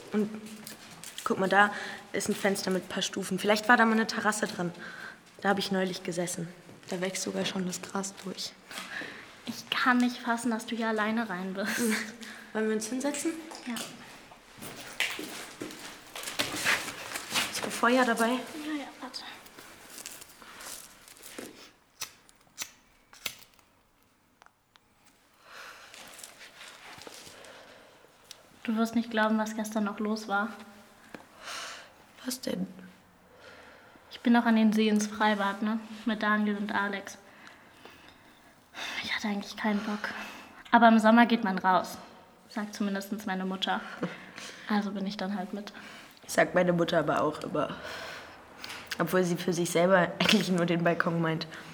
Und guck mal, da ist ein Fenster mit ein paar Stufen. Vielleicht war da mal eine Terrasse drin. Da habe ich neulich gesessen. Da wächst sogar schon das Gras durch. Ich kann nicht fassen, dass du hier alleine rein bist. Wollen wir uns hinsetzen? Ja. Ist ein Feuer dabei? Ja, warte. Du wirst nicht glauben, was gestern noch los war. Was denn? Ich bin noch an den See ins Freibad, ne? Mit Daniel und Alex. Ich hatte eigentlich keinen Bock. Aber im Sommer geht man raus. Sagt zumindest meine Mutter. Also bin ich dann halt mit. Sagt meine Mutter aber auch immer. Obwohl sie für sich selber eigentlich nur den Balkon meint.